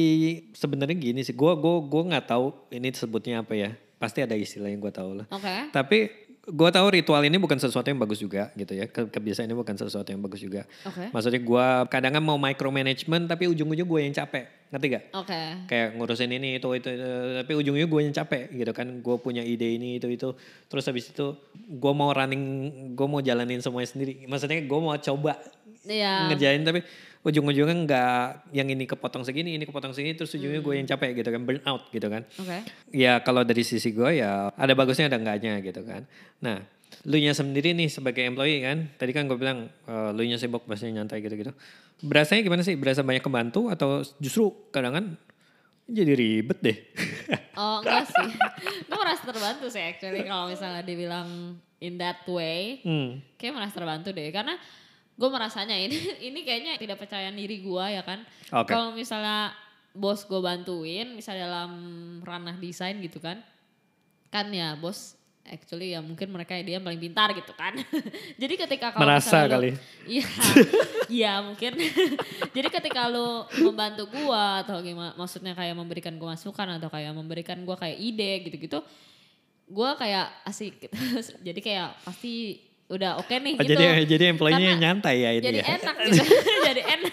I sebenarnya gini sih, gue gue gue nggak tahu ini sebutnya apa ya. Pasti ada istilah yang gue tahu lah. Oke. Okay. Tapi gue tahu ritual ini bukan sesuatu yang bagus juga gitu ya. Kebiasaan ini bukan sesuatu yang bagus juga. Okay. Maksudnya gue kadang mau micromanagement tapi ujung-ujung gue yang capek. Ngerti gak? Oke. Okay. Kayak ngurusin ini itu, itu itu tapi ujung-ujungnya gue yang capek gitu kan. Gue punya ide ini itu itu. Terus habis itu gue mau running, gue mau jalanin semuanya sendiri. Maksudnya gue mau coba yeah. ngerjain tapi ujung-ujungnya nggak yang ini kepotong segini, ini kepotong segini, terus ujungnya hmm. gue yang capek gitu kan, burn out gitu kan. Oke. Okay. Ya kalau dari sisi gue ya ada bagusnya ada enggaknya gitu kan. Nah, lu nya sendiri nih sebagai employee kan, tadi kan gue bilang uh, lu nya sibuk, bosnya nyantai gitu-gitu. Berasanya gimana sih? Berasa banyak kebantu atau justru kadang kan jadi ribet deh? Oh enggak sih, gue merasa terbantu sih actually kalau misalnya dibilang in that way, hmm. kayak merasa terbantu deh karena gue merasanya ini ini kayaknya tidak percaya diri gue ya kan. Okay. Kalau misalnya bos gue bantuin, misalnya dalam ranah desain gitu kan, kan ya bos actually ya mungkin mereka dia yang paling pintar gitu kan. Jadi ketika kalau merasa kali. Iya, iya mungkin. Jadi ketika lu membantu gue atau gimana, maksudnya kayak memberikan gue masukan atau kayak memberikan gue kayak ide gitu-gitu, gue kayak asik gitu. Jadi kayak pasti udah oke okay nih oh, gitu. Jadi jadi employee-nya nyantai ya ini jadi ya. Enak gitu. jadi enak.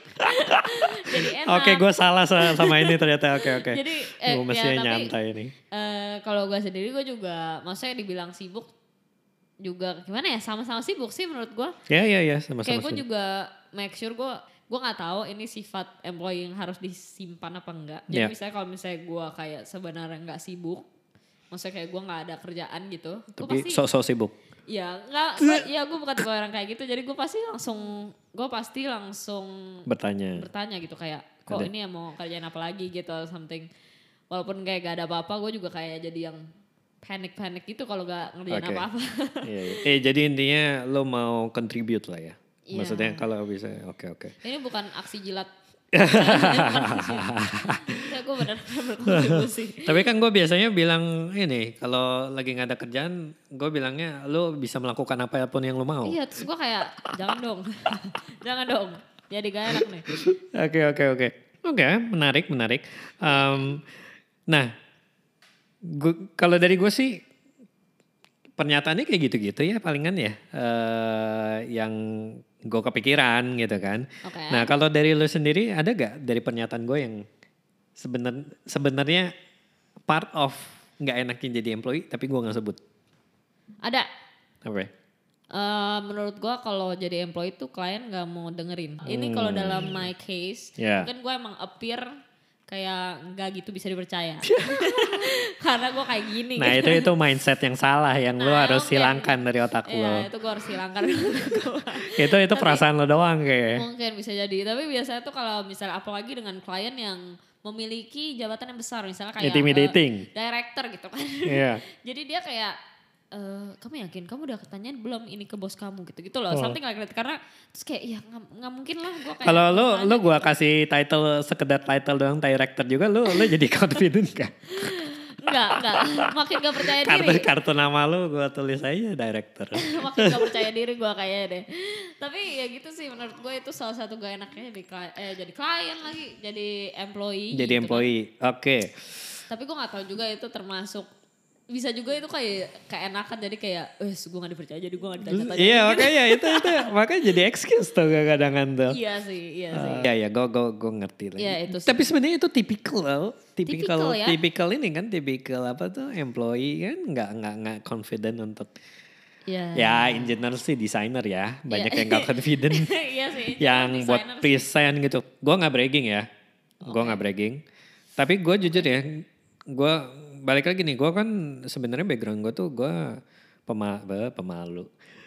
jadi enak. Oke, okay, gue salah sama ini ternyata. Oke okay, oke. Okay. Jadi eh, gue mestinya ya, nyantai tapi, ini. Uh, kalau gue sendiri gue juga, maksudnya dibilang sibuk juga gimana ya, sama-sama sibuk sih menurut gue. Ya ya ya sama-sama. Kayak gue juga make sure gue gue nggak tahu ini sifat employee yang harus disimpan apa enggak. Jadi yeah. misalnya kalau misalnya gue kayak sebenarnya nggak sibuk, maksudnya kayak gue nggak ada kerjaan gitu. Tapi pasti, sok-sok sibuk. Ya nggak, ya gue bukan tipe orang kayak gitu. Jadi gue pasti langsung, gue pasti langsung bertanya, bertanya gitu kayak, kok ada. Ini ya mau kerjaan apa lagi gitu atau something. Walaupun kayak gak ada apa-apa, gue juga kayak jadi yang panik-panik gitu kalau gak ngerjain okay. apa-apa. Iya, iya. Eh jadi intinya lo mau contribute lah ya. Yeah. Maksudnya kalau bisa, oke okay, oke. Okay. Ini bukan aksi jilat. Ya gue benar-benar berkontribusi. Tapi kan gue biasanya bilang ini, kalau lagi gak ada kerjaan, gue bilangnya lo bisa melakukan apapun yang lo mau. Iya, terus gue kayak jangan dong, jangan dong, jadi gak enak nih. Oke oke oke, oke menarik menarik. Um, nah, kalau dari gue sih pernyataannya kayak gitu-gitu ya palingan ya, uh, yang gue kepikiran gitu kan. Okay. Nah kalau dari lu sendiri ada gak dari pernyataan gue yang sebenar sebenarnya part of nggak enaknya jadi employee tapi gue nggak sebut? Ada. Apa? Okay. Uh, menurut gue kalau jadi employee tuh klien nggak mau dengerin. Hmm. Ini kalau dalam my case, yeah. mungkin gue emang appear kayak nggak gitu bisa dipercaya. Karena gue kayak gini. Nah gitu. itu itu mindset yang salah yang nah, lu harus mungkin, hilangkan dari otak iya, lu. Iya itu gue harus hilangkan dari otak gue. itu itu tapi, perasaan lo doang kayak. Mungkin bisa jadi. Tapi biasanya tuh kalau misalnya apalagi dengan klien yang memiliki jabatan yang besar. Misalnya kayak intimidating. Uh, director gitu kan. Yeah. Jadi dia kayak Uh, kamu yakin kamu udah ketanyain belum ini ke bos kamu gitu-gitu loh. Oh. Something like that. Karena terus kayak ya gak mungkin lah gue kayak. Kalau lu lu gue kasih title sekedar title doang director juga lu lu jadi confident kan? Enggak, enggak. Makin gak percaya kartu, diri. Kartu nama lu gue tulis aja director. Makin gak percaya diri gue kayaknya deh. Tapi ya gitu sih menurut gue itu salah satu gak enaknya jadi klien, eh, jadi klien lagi. Jadi employee. Jadi gitu employee, kan. Oke. Okay. Tapi gue gak tahu juga itu termasuk. Bisa juga itu kayak keenakan jadi kayak eh gue gak dipercaya jadi gue gak ditanya-tanya. Iya gitu. Makanya itu itu makanya jadi excuse tuh kadang-kadang tuh. Iya sih, iya sih. Iya uh, ya gue gue gue ngerti lah. Iya itu sih. Tapi sebenarnya itu tipikal loh. Tipikal ya? tipikal ini kan tipikal apa tuh employee kan nggak nggak nggak confident untuk. Yeah. Ya in general sih desainer ya banyak yeah. yang nggak confident. Iya sih. Yang buat present gitu. Gue nggak bragging ya. Okay. Gue nggak bragging. Tapi gue jujur ya gue balik lagi nih, gue kan sebenarnya background gue tuh gue pema, be, pemalu.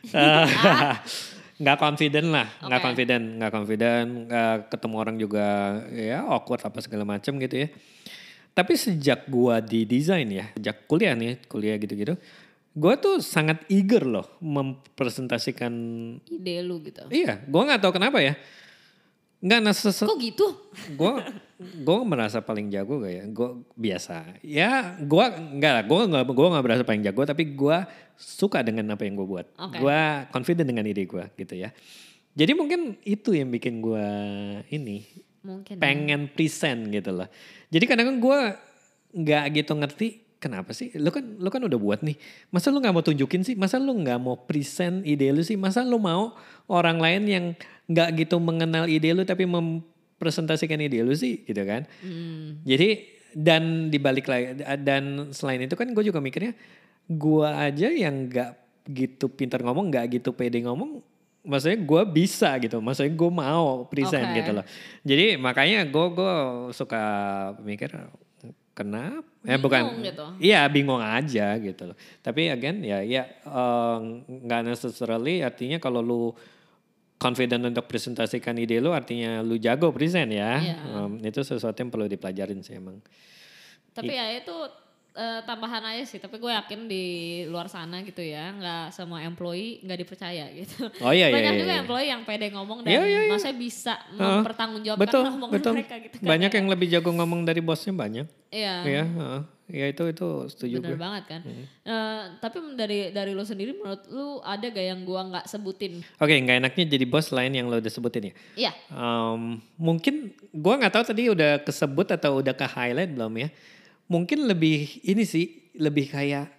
Uh, nggak confident lah, nggak Oke. confident, nggak confident, nggak ketemu orang juga ya awkward apa segala macam gitu ya. Tapi sejak gua di desain ya, sejak kuliah nih, kuliah gitu-gitu, gua tuh sangat eager loh mempresentasikan. Ide lu gitu. Iya, gua nggak tahu kenapa ya. Nggak nase- Kok gitu? gue gue merasa paling jago gak ya? Gue biasa. Ya gue nggak lah. Gue nggak gue nggak merasa paling jago. Tapi gue suka dengan apa yang gue buat. Oke. Gue confident dengan ide gue gitu ya. Jadi mungkin itu yang bikin gue ini Mungkin. ya. pengen present gitu loh. Jadi kadang-kadang gue nggak gitu ngerti kenapa sih. Lu kan lu kan udah buat nih. Masa lu nggak mau tunjukin sih? Masa lu nggak mau present ide lu sih? Masa lu mau orang lain yang nggak gitu mengenal ide lu tapi mempresentasikan ide lu sih gitu kan. Hmm. Jadi dan dibalik lagi dan selain itu kan gue juga mikirnya gue aja yang nggak gitu pintar ngomong, nggak gitu pede ngomong, maksudnya gue bisa gitu, maksudnya gue mau present Oke. gitu loh. Jadi makanya gue gue suka mikir kenapa? Eh Bingung bukan, gitu. iya bingung aja gitu loh. Tapi again ya ya eh, nggak necessarily artinya kalau lu confident untuk presentasikan ide lu artinya lu jago present ya. Iya. Um, itu sesuatu yang perlu dipelajarin sih emang. Tapi ya itu eh, tambahan aja sih. Tapi gue yakin di luar sana gitu ya, nggak semua employee nggak dipercaya gitu. Oh iya iya. Banyak iya, juga iya. employee yang pede ngomong dan Iya, iya, iya. maksudnya bisa Heeh. mempertanggungjawabkan Betul, omongan betul. mereka gitu kan. Banyak ya. yang lebih jago ngomong dari bosnya banyak. Iya. Iya, heeh. Ya itu itu setuju Bener gue. banget kan. Eh, tapi dari dari lu sendiri menurut lu ada gak yang gua nggak sebutin? Oke, nggak enaknya jadi bos lain yang lo udah sebutin ya. Iya. Um, mungkin gue nggak tahu tadi udah kesebut atau udah ke highlight belum ya. Mungkin lebih ini sih lebih kayak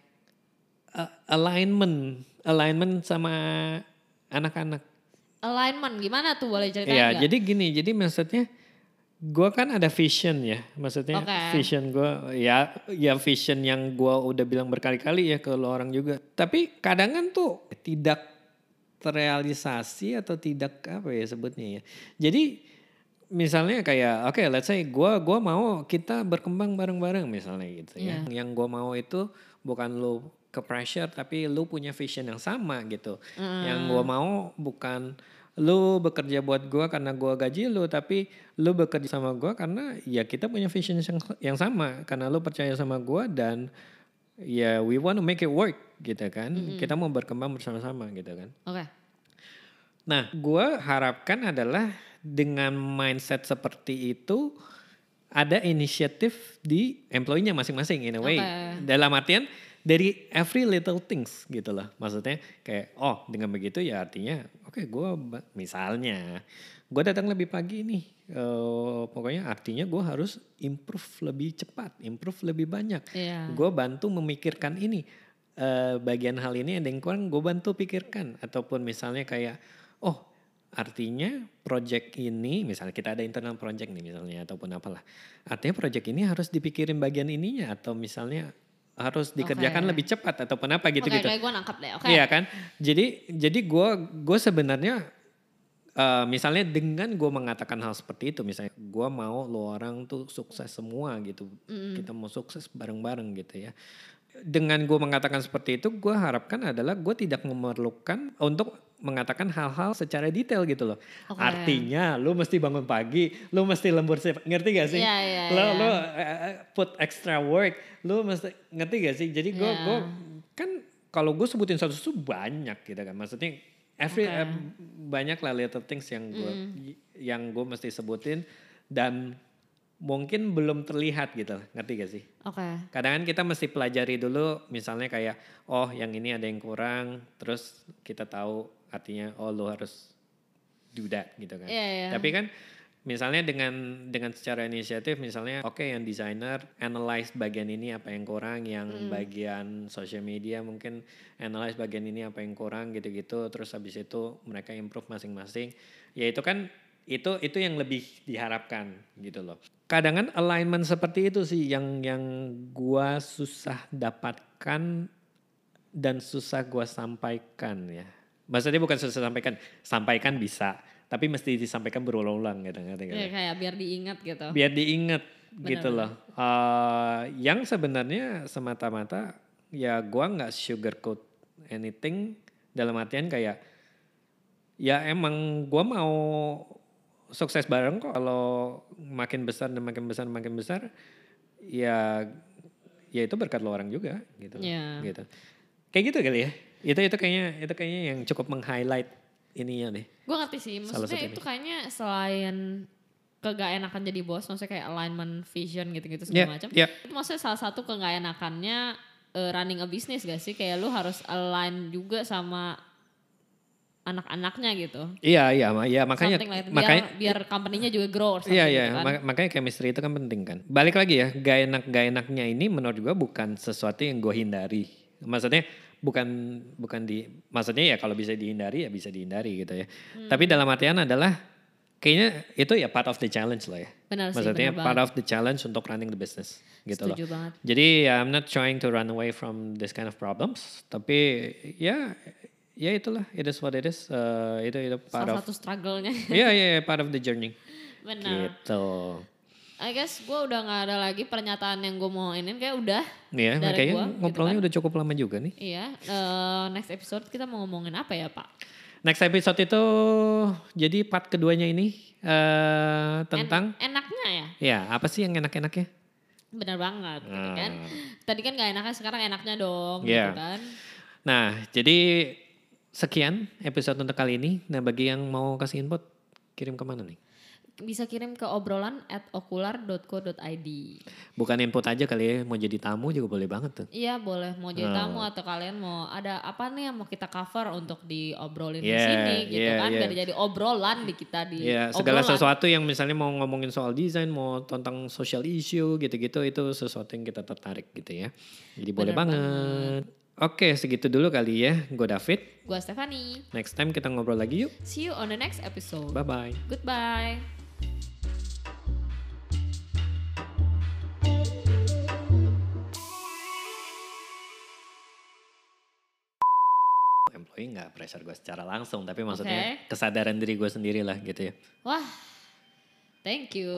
uh, alignment, alignment sama anak-anak. Alignment gimana tuh, boleh ceritain Iya, nggak? jadi gini, jadi maksudnya gue kan ada vision ya, maksudnya Oke. vision gue ya ya vision yang gue udah bilang berkali-kali ya ke lo orang juga. Tapi kadang kan tuh tidak terrealisasi atau tidak apa ya sebutnya ya. Jadi misalnya kayak oke, okay, let's say gue gua mau kita berkembang bareng-bareng misalnya gitu ya. Iya. Yang gue mau itu bukan lo ke pressure tapi lu punya vision yang sama gitu. Mm. Yang gue mau bukan lu bekerja buat gue karena gue gaji lu, tapi lu bekerja sama gue karena ya kita punya vision yang, yang sama, karena lu percaya sama gue dan ya we want to make it work gitu kan. Mm-mm. Kita mau berkembang bersama-sama gitu kan. Oke. Nah, gue harapkan adalah dengan mindset seperti itu ada inisiatif di employee-nya masing-masing in a way. Oke. Dalam artian dari every little things gitu loh. Maksudnya kayak oh dengan begitu ya artinya oke okay, gue misalnya gue datang lebih pagi nih. Uh, pokoknya artinya gue harus improve lebih cepat, improve lebih banyak. Iya. Gue bantu memikirkan ini. Uh, bagian hal ini ada yang kurang gue bantu pikirkan. Ataupun misalnya kayak oh artinya project ini, misalnya kita ada internal project nih misalnya ataupun apalah. Artinya project ini harus dipikirin bagian ininya atau misalnya harus dikerjakan Oke. lebih cepat ataupun apa gitu-gitu. Oke, kayak gue nangkap deh. Oke. Iya kan? Jadi jadi gue gue sebenarnya uh, misalnya dengan gue mengatakan hal seperti itu, misalnya gue mau lo orang tuh sukses semua gitu, Mm-mm. kita mau sukses bareng-bareng gitu ya. Dengan gue mengatakan seperti itu, gue harapkan adalah gue tidak memerlukan untuk mengatakan hal-hal secara detail gitu loh. Oke. Artinya lu mesti bangun pagi, lu mesti lembur siap, ngerti gak sih? Iya, iya, Lo iya. lo uh, put extra work, lu mesti ngerti gak sih? Jadi gue Iya. gue kan kalau gue sebutin satu-satu banyak gitu kan. Maksudnya every Oke. uh, banyak lah little things yang gue Mm. yang gue mesti sebutin dan mungkin belum terlihat gitu, ngerti gak sih? Oke. Kadang kan kita mesti pelajari dulu, misalnya kayak oh yang ini ada yang kurang, terus kita tahu artinya oh lo harus do that gitu kan. Iya, iya. Tapi kan misalnya dengan dengan secara inisiatif misalnya oke okay, yang desainer analyze bagian ini apa yang kurang, yang Mm. bagian social media mungkin analyze bagian ini apa yang kurang gitu-gitu, terus habis itu mereka improve masing-masing. Ya itu kan itu itu yang lebih diharapkan gitu loh. Kadang kan alignment seperti itu sih yang yang gua susah dapatkan dan susah gua sampaikan ya. Maksudnya bukan susah sampaikan, sampaikan bisa, tapi mesti disampaikan berulang-ulang gitu, ngerti nggak? Iya, kayak biar diingat gitu. Biar diingat Benar, gitu loh. Uh, yang sebenarnya semata-mata ya gua nggak sugarcoat anything dalam artian kayak ya emang gue mau sukses bareng kok. Kalau makin besar dan makin besar makin besar ya ya itu berkat lo orang juga gitu. Yeah. Gitu. Kayak gitu kali ya. Itu itu kayaknya itu kayaknya yang cukup meng-highlight ininya deh. Gue ngerti sih, maksudnya itu kayaknya selain kegak enakan jadi bos, maksudnya kayak alignment vision gitu-gitu segala yeah, macam. Yeah. Itu maksudnya salah satu kegak enakannya uh, running a business gak sih? Kayak lu harus align juga sama anak-anaknya gitu. Iya iya, ya makanya like biar, makanya biar company-nya juga grow. Iya iya, gitu kan. makanya chemistry itu kan penting kan. Balik lagi ya, gak enak gak enaknya ini menurut gue bukan sesuatu yang gue hindari. Maksudnya bukan bukan di maksudnya ya kalau bisa dihindari ya bisa dihindari gitu ya. Hmm. Tapi dalam artian adalah kayaknya itu ya part of the challenge loh ya. Benar sih, maksudnya benar part banget. of the challenge untuk running the business gitu Setuju loh. banget. Jadi ya, I'm not trying to run away from this kind of problems, tapi ya ya itulah, it is what it is. Uh, itu itu part Salah of satu struggle-nya. Iya iya yeah, part of the journey. Benar. Gitu. I guess gue udah gak ada lagi pernyataan yang gue mau ini, kayak udah. Iya, dari kayaknya gua, ngobrolnya gitu kan. udah cukup lama juga nih. Iya, uh, next episode kita mau ngomongin apa ya Pak? Next episode itu jadi part keduanya ini uh, tentang En- enaknya ya? Ya, apa sih yang enak-enaknya? Benar banget, gitu Hmm. kan? Tadi kan gak enaknya, sekarang enaknya dong, Yeah. gitu kan? Nah, jadi sekian episode untuk kali ini. Nah, bagi yang mau kasih input, kirim kemana nih? Bisa kirim ke obrolan at okular dot co dot id. Bukan input aja kali ya, mau jadi tamu juga boleh banget tuh. Iya boleh, mau jadi Oh. tamu atau kalian mau ada apa nih yang mau kita cover untuk diobrolin di Yeah, sini gitu yeah, kan. yeah. Biar jadi obrolan di kita di Ya, segala obrolan. sesuatu yang misalnya mau ngomongin soal desain, mau tentang social issue gitu-gitu, itu sesuatu yang kita tertarik gitu ya. Jadi boleh Bener banget. Oke, segitu dulu kali ya. Gue David. Gua Stephanie. Next time kita ngobrol lagi yuk. See you on the next episode. Bye-bye. Goodbye. Employee nggak pressure gue secara langsung, tapi maksudnya Okay. kesadaran diri gue sendiri lah gitu ya. Wah, thank you.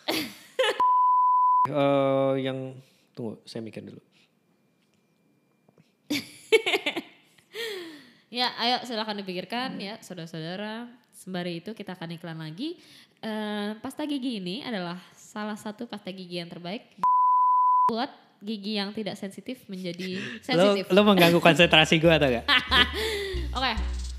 Eh, yang tunggu, saya mikir dulu. Ya, ayo silakan dipikirkan ya, saudara-saudara. Sembari itu kita akan iklan lagi. Eh, pasta gigi ini adalah salah satu pasta gigi yang terbaik buat gigi yang tidak sensitif menjadi Lo, sensitif. lo mengganggu konsentrasi gue atau gak? Oke,